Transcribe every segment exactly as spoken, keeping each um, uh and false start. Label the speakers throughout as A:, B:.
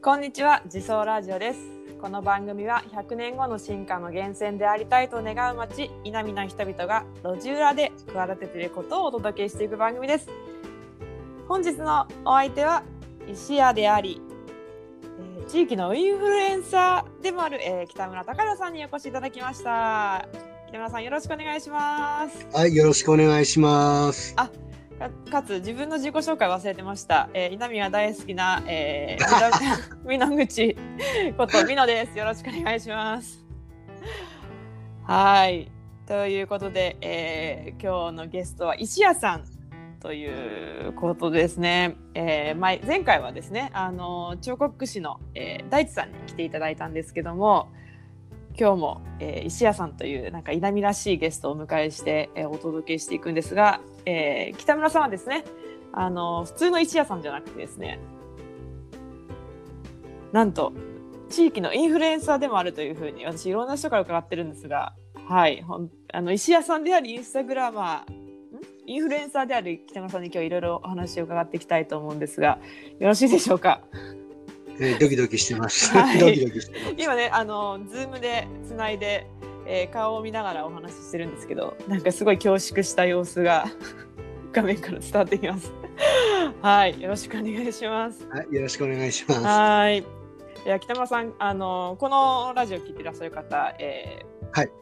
A: こんにちは、自走ラジオです。この番組はひゃくねんごの進化の源泉でありたいと願う街、伊那の人々が路地裏で企てていることをお届けしていく番組です。本日のお相手は石屋であり、えー、地域のインフルエンサーでもある、えー、北村隆弘さんにお越しいただきました。北村さん、よろしくお願いします。
B: はい、よろしくお願いします。
A: あか, かつ自分の自己紹介忘れてました。えー、稲見が大好きな、えー、美濃口こと美濃です。よろしくお願いします。はい、ということで、えー、今日のゲストは石屋さんということですね。えー、前, 前回はですね、あの彫刻師の、えー、大地さんに来ていただいたんですけども、今日も、えー、石屋さんというなんか稲見らしいゲストをお迎えして、えー、お届けしていくんですが、えー、北村さんはですね、あの普通の石屋さんじゃなくてですね、なんと地域のインフルエンサーでもあるというふうに私いろんな人から伺ってるんですが、はい、ほんあの石屋さんでありインスタグラマーインフルエンサーである北村さんに今日いろいろお話を伺っていきたいと思うんですが、よろしいでしょうか。
B: えー、ドキドキしてます。
A: はい、
B: ドキドキしてます。
A: 今ね、あのズームでつないで、えー、顔を見ながらお話ししてるんですけど、なんかすごい恐縮した様子が画面から伝わってきます。はい、よろしくお願いします。
B: はい、よろしくお願いします。
A: はい、いや北村さん、あのこのラジオ聞いていらっしゃる方、え
B: ー、はい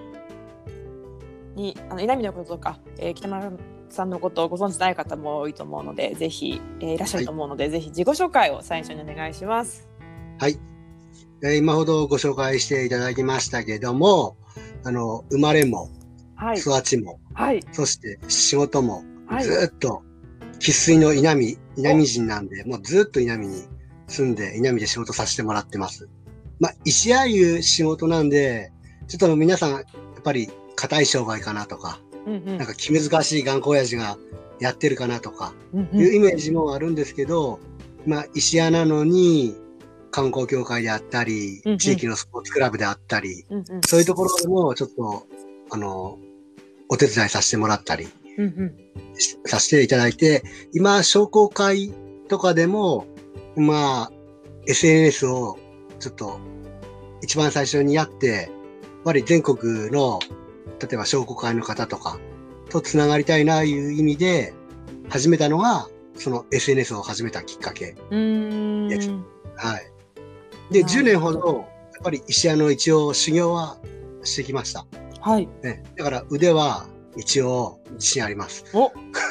A: にあの稲見のこととか、えー、北村さんのことをご存知ない方も多いと思うので、ぜひ、えー、いらっしゃると思うので、はい、ぜひ自己紹介を最初にお願いします。
B: はい、えー、今ほどご紹介していただきましたけども、あの生まれも、はい、育ちも、はい、そして仕事も、はい、ずっと生粋の稲見稲見人なんで、もうずっと稲見に住んで稲見で仕事させてもらってます。まあ石屋いう仕事なんで、ちょっと皆さんやっぱり固い商売かなとか、うんうん、なんか気難しい頑固親父がやってるかなとかいうイメージもあるんですけど、うんうん、まあ石屋なのに観光協会であったり、うんうん、地域のスポーツクラブであったり、うんうん、そういうところでもちょっとあのお手伝いさせてもらったり、うんうん、させていただいて、今商工会とかでもまあ エスエヌエス をちょっと一番最初にやって、やっぱり全国の例えば商工会の方とかとつながりたいないう意味で始めたのが、その エスエヌエス を始めたきっかけです。うーん、はい。で、じゅうねんほどやっぱり石屋の一応修行はしてきました。はい。ね、だから腕は一応自信あります。お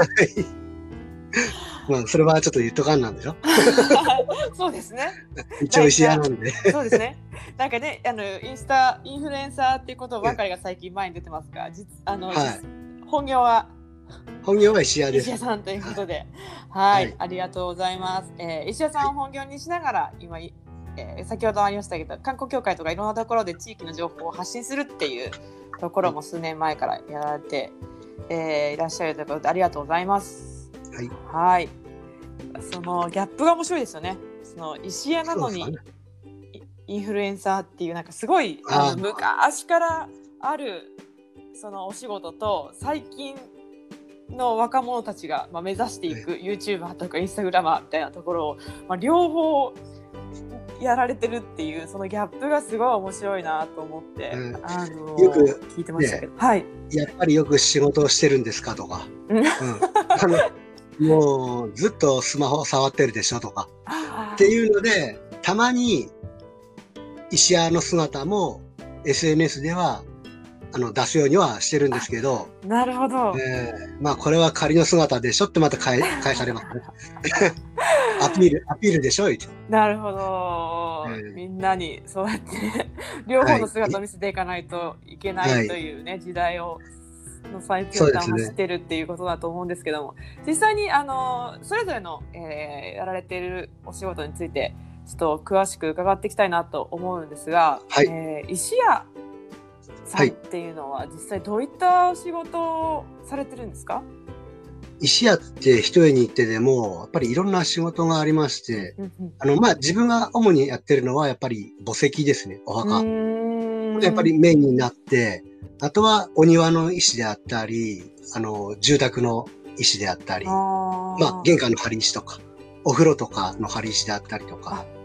B: まあそれはちょっと言っとかんなんでしょ。
A: そうですね。
B: 一応石屋なんで。
A: そうですね。なんかね、あのインスタインフルエンサーっていうことばかりが最近前に出てますが、実あの、はい、本業は
B: 本業は石屋です。
A: 石屋さんということで、はい、はい、ありがとうございます。えー、石屋さんを本業にしながら今、えー、先ほどありましたけど、観光協会とかいろんなところで地域の情報を発信するっていうところも数年前からやられて、えー、いらっしゃるということでありがとうございます。はい。はい。そのギャップが面白いですよね。その石屋なのにインフルエンサーっていうなんかすごいあの昔からあるそのお仕事と、最近の若者たちがまあ目指していく YouTuber とか Instagramer みたいなところをまあ両方やられてるっていう、そのギャップがすごい面白いなと思って、うん、あのよく聞いてましたけど、ね、はい。
B: やっぱりよく仕事をしてるんですかとか、うん、あのもうずっとスマホ触ってるでしょとかっていうので、たまに石屋の姿も エスエヌエス ではあの出すようにはしてるんですけど、
A: なるほど、
B: えー、まあこれは仮の姿でしょってまた返返されますね。アピールアピールでしょって。
A: なるほど、えー、みんなにそうやって両方の姿を見せていかないといけないというね、はい、時代をの最先端を走ってるっていうことだと思うんですけども、ね、実際にあのそれぞれの、えー、やられているお仕事についてちょっと詳しく伺っていきたいなと思うんですが、はい、えー、石屋さんっていうのは実際どういったお仕事をされてるんですか？
B: 石屋って一重に行ってでもやっぱりいろんな仕事がありまして、うんうん、あのまあ自分が主にやってるのはやっぱり墓石ですね、お墓。やっぱりメインになって、あとはお庭の石であったり、あの住宅の石であったり、あまあ玄関の張り石とか、お風呂とかの張り石であったりとか。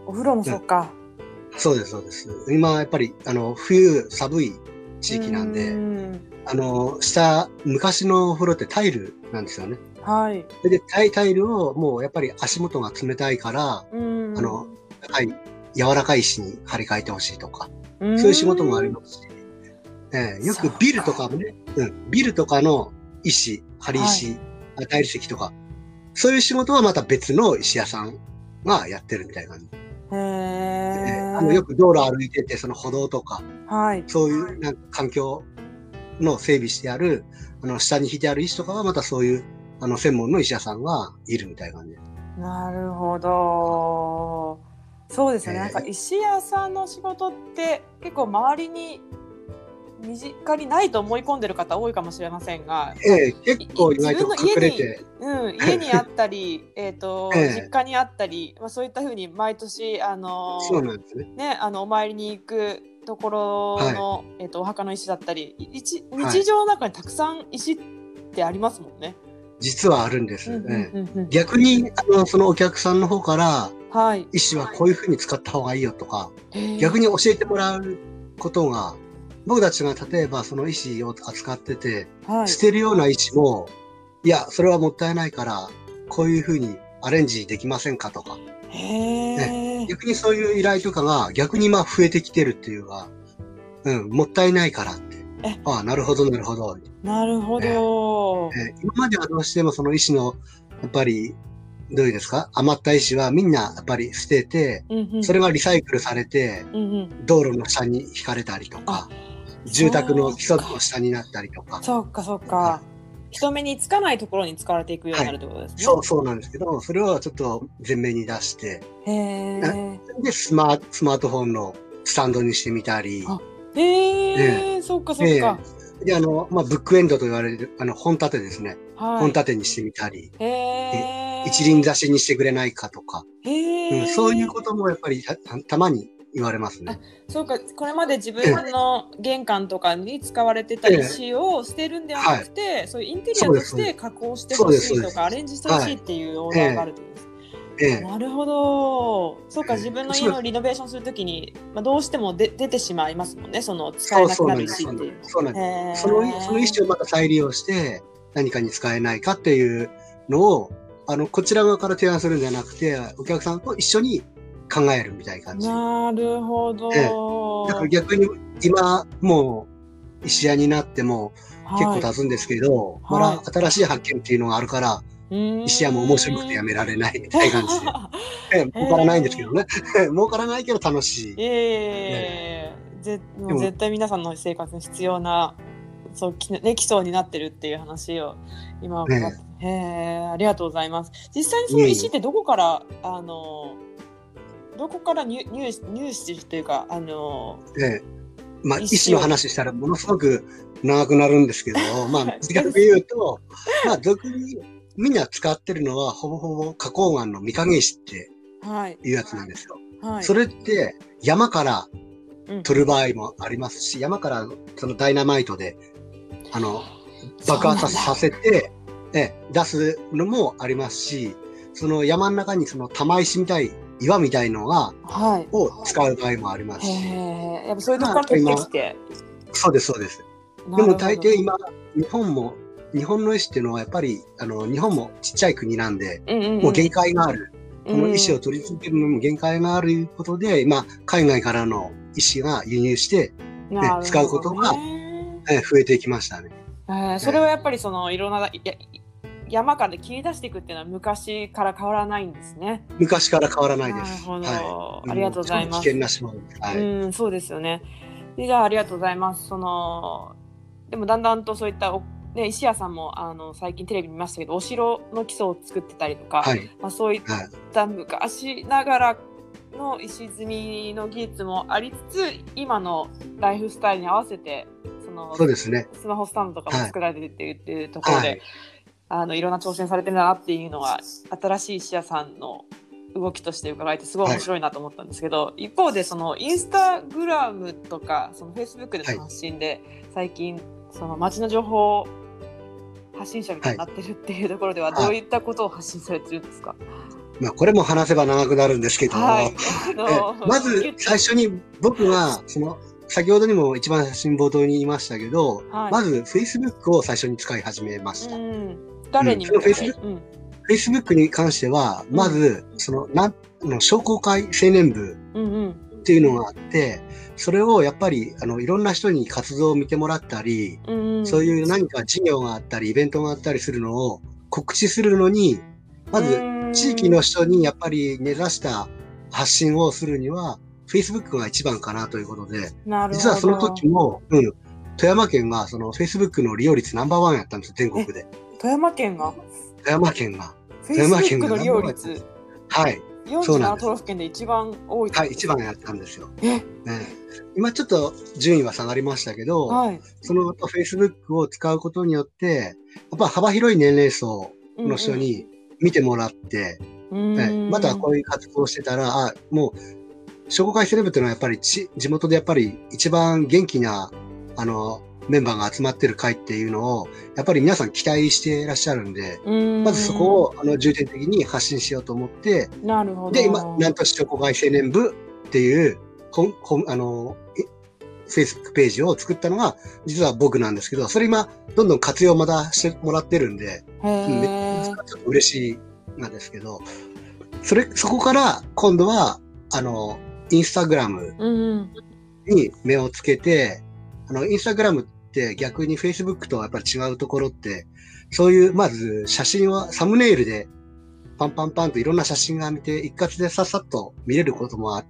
A: お風呂もそっか、
B: うん、そうですそうです。今やっぱりあの冬寒い地域なんで、んあの下昔のお風呂ってタイルなんですよね。
A: はい。
B: でタイタイルをもうやっぱり足元が冷たいから、あの高い柔らかい石に張り替えてほしいとか、そういう仕事もありますし、えー、よくビルとかもね、うん、ビルとかの石、張り石、はい、タイル石とか、そういう仕事はまた別の石屋さんがやってるみたいな感じ。
A: へー。
B: あのよく道路歩いてて、その歩道とか、
A: はい、
B: そういうなんか環境の整備してある、あの下に引いてある石とかはまたそういうあの専門の石屋さんがいるみたいな感じ。
A: なるほど。そうですよね。えー、なんか石屋さんの仕事って結構周りに身近にないと思い込んでる方多いかもしれませんが、
B: えー、結構意外と隠れて、
A: うん、家にあったりえと、えー、実家にあったり、まあ、そういった風に毎年あの
B: そうなんですね。
A: ね、あのお参りに行くところの、はい、えー、とお墓の石だったり、日常の中にたくさん石ってありますもんね。はい、
B: 実はあるんです。逆にあのそのお客さんの方から、はい、石はこういう風に使った方がいいよとか、逆に教えてもらうことが、僕たちが例えばその石を扱ってて、はい、捨てるような石も、いや、それはもったいないから、こういう風にアレンジできませんかとか、
A: へ
B: ね、逆にそういう依頼とかが逆にまあ増えてきてるっていうか、うん、もったいないからって。ああ、なるほど、なるほど。
A: なるほど、
B: えーえー。今まではどうしてもその石の、やっぱり、どういうですか、余った石はみんなやっぱり捨てて、うんうん、それがリサイクルされて、うんうん、道路の下に引かれたりとか、住宅の基礎の下になったりとか。
A: そうか、そうか。人目につかないところに使われていくようになるってことですね。はい、
B: そう、そうなんですけど、それをちょっと前面に出して、
A: へ
B: でスマート、スマートフォンのスタンドにしてみたり。
A: へえ、そっかそっか。
B: で、あの、まあ、ブックエンドと言われる、あの、本立てですね。はい、本立てにしてみたり。へ一輪挿しにしてくれないかとか。へうん、そういうこともやっぱりた、たまに言われますね。
A: そうか、これまで自分の玄関とかに使われてた石を捨てるんではなくて、はい、そういうインテリアとして加工してほしいとかアレンジしてほしいっていうオーダーがあるということです。ええ、なるほど。そうか、自分の家のリノベーションするときに、まあ、どうしてもで出てしまいますもんね。その使えなくなる石っていう。
B: そうなんです。そのその石をまた再利用して何かに使えないかっていうのをあのこちら側から提案するんじゃなくて、お客さんと一緒に考えるみたいな感じ。
A: なるほど。
B: ええ、だから逆に今もう石屋になっても結構経つんですけど、はい、まだ新しい発見っていうのがあるから。石屋も面白くてやめられないみたいな感じで。え、儲からないんですけどね。儲からないけど楽しい。
A: ええー、ぜもう絶対皆さんの生活に必要な、そう、ね、基礎になってるっていう話を今伺って、ね、へえ、ありがとうございます。実際にその石ってどこから、うん、あの、どこから入入入手というか、あの、
B: ええ、まあ、石の話したらものすごく長くなるんですけど、まあ、短く言うと、まあ、俗にみんな使ってるのは、ほぼほぼ花崗岩の御影石っていうやつなんですよ。はい、それって山から取る場合もありますし、うん、山からそのダイナマイトで、あの、爆発させて、え出すのもありますし、その山の中にその玉石みたい、岩みたいのが、はい、を使う場合もありますし。
A: へー、やっぱそういうとこから取ってきて。
B: そうです、そうです。でも大抵今、日本も、日本の石っていうのはやっぱり、あの、日本もちっちゃい国なんで、うんうんうん、もう限界がある。この石を取り続けるのも限界があることで、今、海外からの石が輸入して、ね、使うことが、え増えてきましたね。
A: えー、それはやっぱりその、いろんな、山から切り出していくっていうのは昔から変わらないんですね。
B: 昔から変わらないです。
A: なるほど。はい、ありがとうございます。
B: 危険な島です。はい。
A: うん、そうですよね。じゃあ、ありがとうございます。その、でもだんだんとそういったおね、石屋さんもあの最近テレビ見ましたけど、お城の基礎を作ってたりとか、はい、まあ、そういった昔ながらの石積みの技術もありつつ、今のライフスタイルに合わせてその
B: そうですね、
A: スマホスタンドとかも作られてっていうっていうところで、はい、あのいろんな挑戦されてるなっていうのが新しい石屋さんの動きとして伺えてすごい面白いなと思ったんですけど、はい、一方でそのインスタグラムとかそのフェイスブックでの発信で、はい、最近その街の情報発信者みたいになってるっていうところではどういったことを発信されてるんですか？
B: まあ、これも話せば長くなるんですけど、はい、まず最初に僕が、その、先ほどにも一番写真冒頭に言いましたけど、はい、まず Facebook を最初に使い始めました。うん、
A: 誰に向けて、
B: うん、Facebook に関しては、まず、その、なんの商工会青年部っていうのがあって、それをやっぱり、あの、いろんな人に活動を見てもらったり、うん、そういう何か事業があったり、イベントがあったりするのを告知するのに、まず、地域の人にやっぱり根ざした発信をするには、Facebook が一番かなということで、実はその時も、うん、富山県がその Facebook の利用率ナンバーワンやったんですよ、全国で。
A: 富山県が
B: 富山県が。
A: 富山県が。Facebook の利用率。
B: はい。
A: よんじゅうなな都道府県で一番多い。
B: はい、一番やったんですよ。え、ね、今ちょっと順位は下がりましたけど、はい、その Facebook を使うことによって、やっぱ幅広い年齢層の人に見てもらって、うんうんね、またこういう活動をしてたら、あ、もう、商工会セレブっていうのはやっぱりち地元でやっぱり一番元気な、あの、メンバーが集まってる会っていうのを、やっぱり皆さん期待していらっしゃるんで、んまずそこをあの重点的に発信しようと思って、
A: なるほど。
B: で、今、南都市商工会青年部っていう、ほほあの、Facebook ページを作ったのが、実は僕なんですけど、それ今、どんどん活用まだしてもらってるんで、うん、ちょっと嬉しいなんですけど、それ、そこから今度は、あの、インスタグラムに目をつけて、うん、あの、インスタグラムって逆に Facebook とやっぱり違うところって、そういう、まず写真はサムネイルでパンパンパンといろんな写真が見て、一括でさっさっと見れることもあって、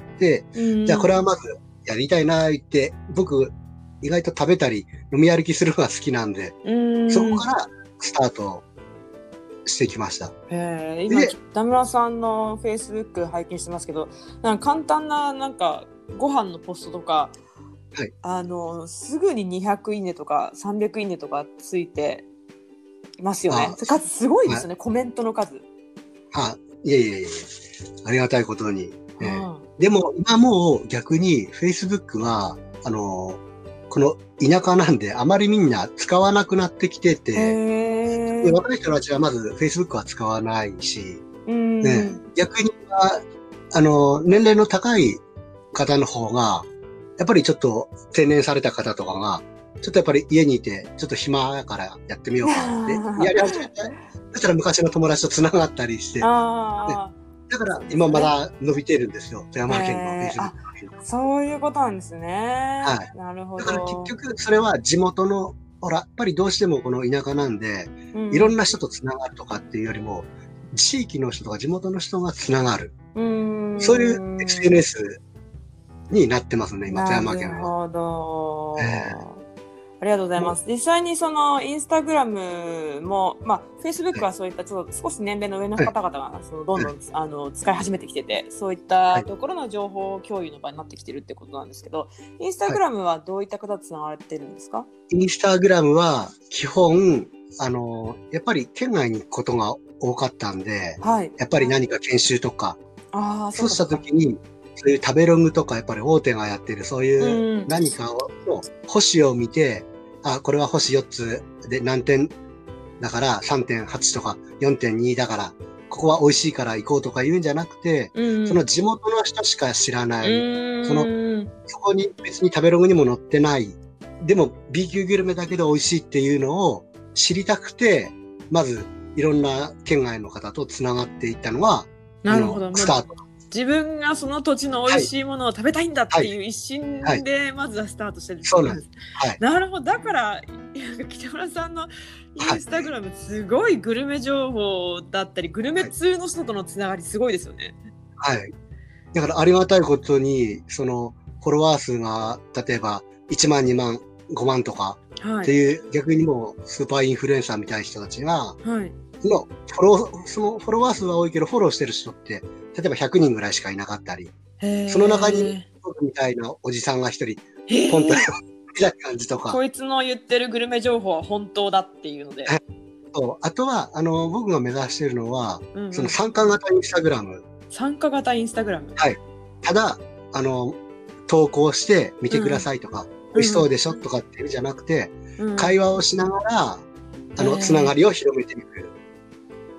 B: うん、じゃあこれはまずやりたいな言って、僕意外と食べたり飲み歩きするのが好きなんで、うん、そこからスタートしてきました。
A: へ今北村さんのフェイスブック拝見してますけど、なんか簡単ななんかご飯のポストとか、はい、あのすぐににひゃくいいねとかさんびゃくいいねとかついてますよね。かつすごいですよね、はい、コメントの数。
B: あ、いえいえいえ、ありがたいことに。えー、でも今もう逆にフェイスブックはあのこの田舎なんであまりみんな使わなくなってきてて。で若い人たちはまず Facebook は使わないし、うんね、逆には、あの、年齢の高い方の方が、やっぱりちょっと定年された方とかが、ちょっとやっぱり家にいて、ちょっと暇やからやってみようかって、やり始めて、そしたら昔の友達と繋がったりして、ね、だから今まだ伸びてるんですよ、富山県の Facebook。
A: そういうことなんですね。はい。なるほど。
B: だから結局それは地元のほら、やっぱりどうしてもこの田舎なんで、うん、いろんな人とつながるとかっていうよりも、地域の人とか地元の人がつながる。うんそういう エスエヌエス になってますね、今、富山県は。
A: なるほど、えー。ありがとうございます。実際にそのインスタグラムも、まあ、フェイスブックはそういったちょっと少し年齢の上の方々がそのどんどん、あの使い始めてきてて、そういったところの情報共有の場になってきてるってことなんですけど、インスタグラムはどういった方とつながれてるんですか？
B: インスタグラムは基本、あの、やっぱり県外に行くことが多かったんで、はい、やっぱり何か研修とか、あそうした時に、そういう食べログとか、やっぱり大手がやってる、そういう何かを、星を見て、あ、これは星よっつで何点だから さんてんはち とか よんてんに だから、ここは美味しいから行こうとか言うんじゃなくて、うん、その地元の人しか知らない、その、そこに別に食べログにも載ってない、でも B 級グルメだけど美味しいっていうのを知りたくて、まずいろんな県外の方とつながっていったのが、
A: なるほど、
B: スタート。
A: 自分がその土地の美味しいものを食べたいんだっていう一心でまずはスタートしてるんです。
B: そうなんです。
A: はい、なるほど。だから北村さんのインスタグラムすごいグルメ情報だったり、グルメ通の人とのつながりすごいですよね。
B: はい。だからありがたいことにそのフォロワー数が例えばいちまんにまんごまんとかっていう、はい、逆にもうスーパーインフルエンサーみたいな人たちが、はい、そのフォローそのフォロワー数は多いけどフォローしてる人って例えばひゃくにんぐらいしかいなかったり、その中に僕みたいなおじさんが一人ポンとみたいな感じとか、
A: こいつの言ってるグルメ情報は本当だっていうので、
B: そうあとはあの僕が目指しているのは、うんうん、その参加型インスタグラム。
A: 参加型インスタグラム。
B: はい。ただあの投稿して見てくださいとか、うん、美味しそうでしょ、うん、とかっていうんじゃなくて、うん、会話をしながらあのつながりを広めていく。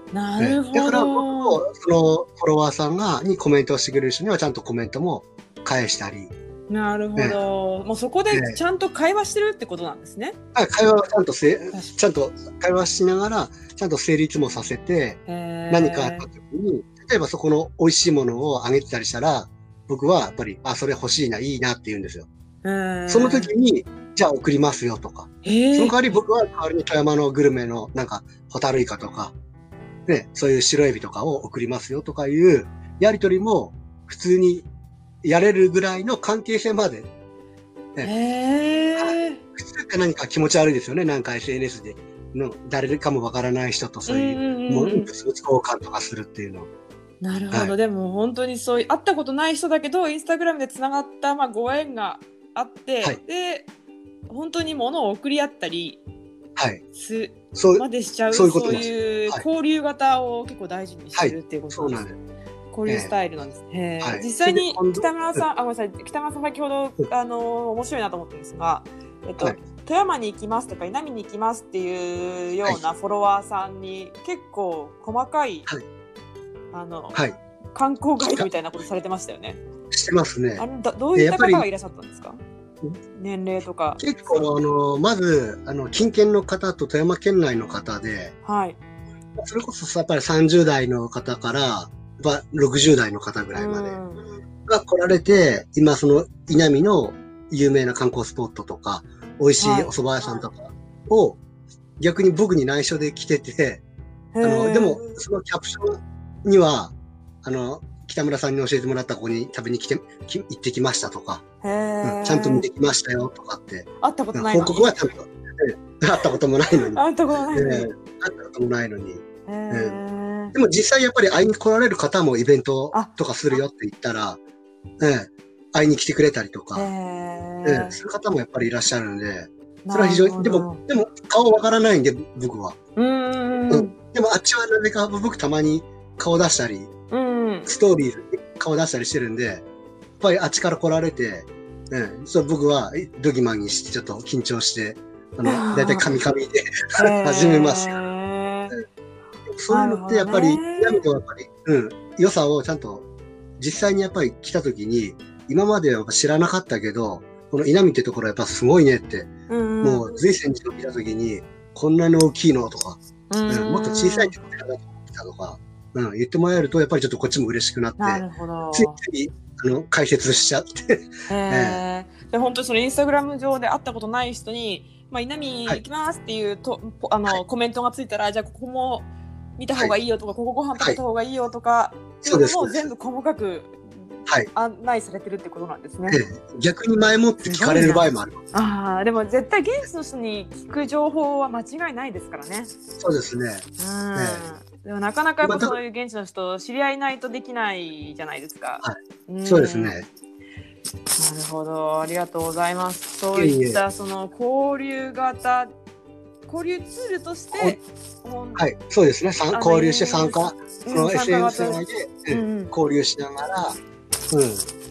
A: なるほど。
B: だから僕もそのフォロワーさんがにコメントをしてくれる人にはちゃんとコメントも返したり。
A: なるほど、ね、もうそこでちゃんと会話してるってことなんですね。
B: はい、会話はちゃんとせちゃんと会話しながらちゃんと成立もさせて、何かあった時に例えばそこの美味しいものをあげてたりしたら、僕はやっぱりあそれ欲しいないいなって言うんですよ。その時にじゃあ送りますよとか、その代わり僕は代わりに富山のグルメのなんかホタルイカとか、ね、そういう白エビとかを送りますよとかいうやり取りも普通にやれるぐらいの関係性まで。
A: ね、
B: へ普通って何か気持ち悪いですよね。なんか エスエヌエス での誰かもわからない人とそういうもの物々交換とかするっていうの。
A: なるほど、はい、でも本当にそういう会ったことない人だけどインスタグラムでつながった、まあ、ご縁があって、はい、で本当に物を送り合ったり、
B: はい、
A: す
B: そう
A: までしちゃう
B: そういう
A: そういう交流型を結構大事にしてるっていうことなんです、はい、交流スタイルなんですね、はい、実際に北村さん、あ、ごめんなさい、北村さん先ほどあの面白いなと思ったんですが、えっと、はい、富山に行きますとか稲見に行きますっていうようなフォロワーさんに結構細かい、はい、あの、はい、観光ガイドみたいなことされてましたよね。
B: してますね。
A: あのどどういった方がいらっしゃったんですか？年齢とか。
B: 結構あのまずあの近県の方と富山県内の方で、
A: はい、
B: それこそやっぱりさんじゅう代の方からろくじゅう代の方ぐらいまでが来られて、今その稲見の有名な観光スポットとか美味しいお蕎麦屋さんとかを逆に僕に内緒で来てて、あのでもそのキャプションにはあの北村さんに教えてもらったここに食べに来てき行ってきましたとか、うん、ちゃんと見てきましたよとかって
A: 会ったことないのに
B: 報告はちゃんと、えー、会ったこともないのに
A: 会ったことないのに、えー、
B: 会ったこともないのに、えー、でも実際やっぱり会いに来られる方もイベントとかするよって言ったら、えー、会いに来てくれたりとか、えー、そういう方もやっぱりいらっしゃるんで、それは非常にでもでも顔わからないんで僕は、
A: うーん、
B: うん、でもあっちはなぜか僕たまに顔出したり、
A: うん、
B: ストーリーで顔出したりしてるんで、やっぱりあっちから来られて、うん、そう僕はドギマギしてちょっと緊張して、あのだいたいカミカミで始めますよ、うん。そういうのってやっぱり、やめてやっぱり、うん、良さをちゃんと実際にやっぱり来た時に、今までは知らなかったけど、この稲見ってところはやっぱすごいねって、うん、もう随戦時を見た時に、こんなに大きいのとか、うん、もっと小さいところから来たとか、うん、言ってもらえるとやっぱりちょっとこっちも嬉しくなって、
A: なるほど、
B: ついついあの解説しちゃって、
A: えー、で本当にそのインスタグラム上で会ったことない人に、まあ、稲見行きますっていうと、はい、あの、はい、コメントがついたら、じゃあここも見た方がいいよとか、はい、ここご飯食べた方がいいよとか、はい、そういうのも全部細かく案内されてるってことなんですね。
B: ええ、逆に前もって聞かれる場合もある。
A: ああ、でも絶対現地の人に聞く情報は間違いないですからね。
B: そうですね。
A: うん、ええ、でもなかなかやっぱそういう現地の人知り合いないとできないじゃないですか。
B: はい、そうですね。なる
A: ほど、ありがとうございます。そういったその交流型交流ツールとして、
B: はい、そうですね。交流して参加、この エスエヌエス 内で、うん、交流しながら。うん、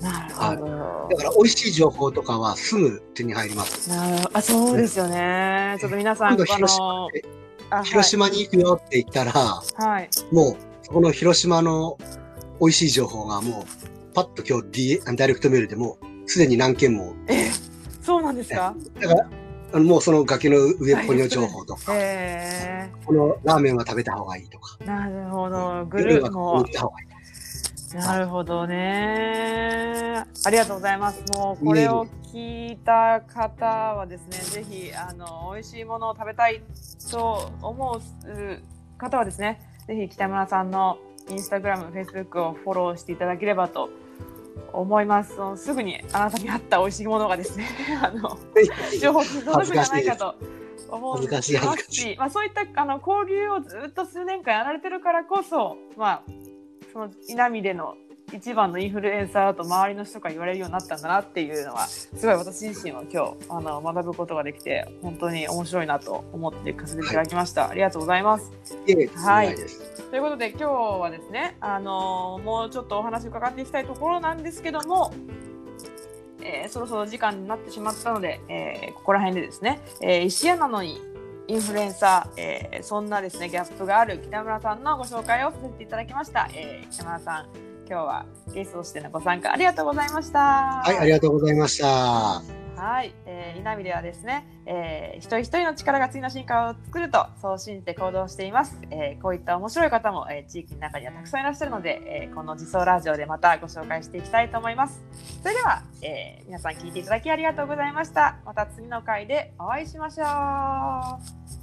A: なるほど。
B: だから美味しい情報とかはすぐ手に入ります。
A: なるほど。あ、そうですよね。ちょっと皆さん、
B: 今度広島で、あ、広島に行くよって言ったら、はい、もうそこの広島の美味しい情報がもうパッと今日 D ダイレクトメールでもうすでに何件も。
A: え、そうなんですか？
B: だからあのもうその崖の上っぽの情報とか、このラーメンは食べた方がいいとか。
A: なるほど。グループも。なるほどね。ありがとうございます。もうこれを聞いた方はですね、ぜひあの美味しいものを食べたいと思う方はですね、ぜひ北村さんのインスタグラム、フェイスブックをフォローしていただければと思います。すぐにあなたに合った美味しいものがですね、あの情報に届くんじゃないかと思いますし、まあそういったあの交流をずっと数年間やられてるからこそ、まあその稲見での一番のインフルエンサーだと周りの人から言われるようになったんだなっていうのはすごい私自身は今日あの学ぶことができて本当に面白いなと思って聞かせていただきました、はい、ありがとうございます。はい、ということで今日はですね、あのもうちょっとお話伺っていきたいところなんですけども、えー、そろそろ時間になってしまったので、えー、ここら辺でですね、えー、石屋なのにインフルエンサー、えー、そんなですねギャップがある北村さんのご紹介をさせていただきました。えー、北村さん、今日はゲストとしてのご参加ありがとうございました。
B: はい、ありがとうございました。
A: はい、えー、稲見ではですね、えー、一人一人の力が次の進化を作るとそう信じて行動しています。えー、こういった面白い方も、えー、地域の中にはたくさんいらっしゃるので、えー、この自走ラジオでまたご紹介していきたいと思います。それでは、えー、皆さん聞いていただきありがとうございました。また次の回でお会いしましょう。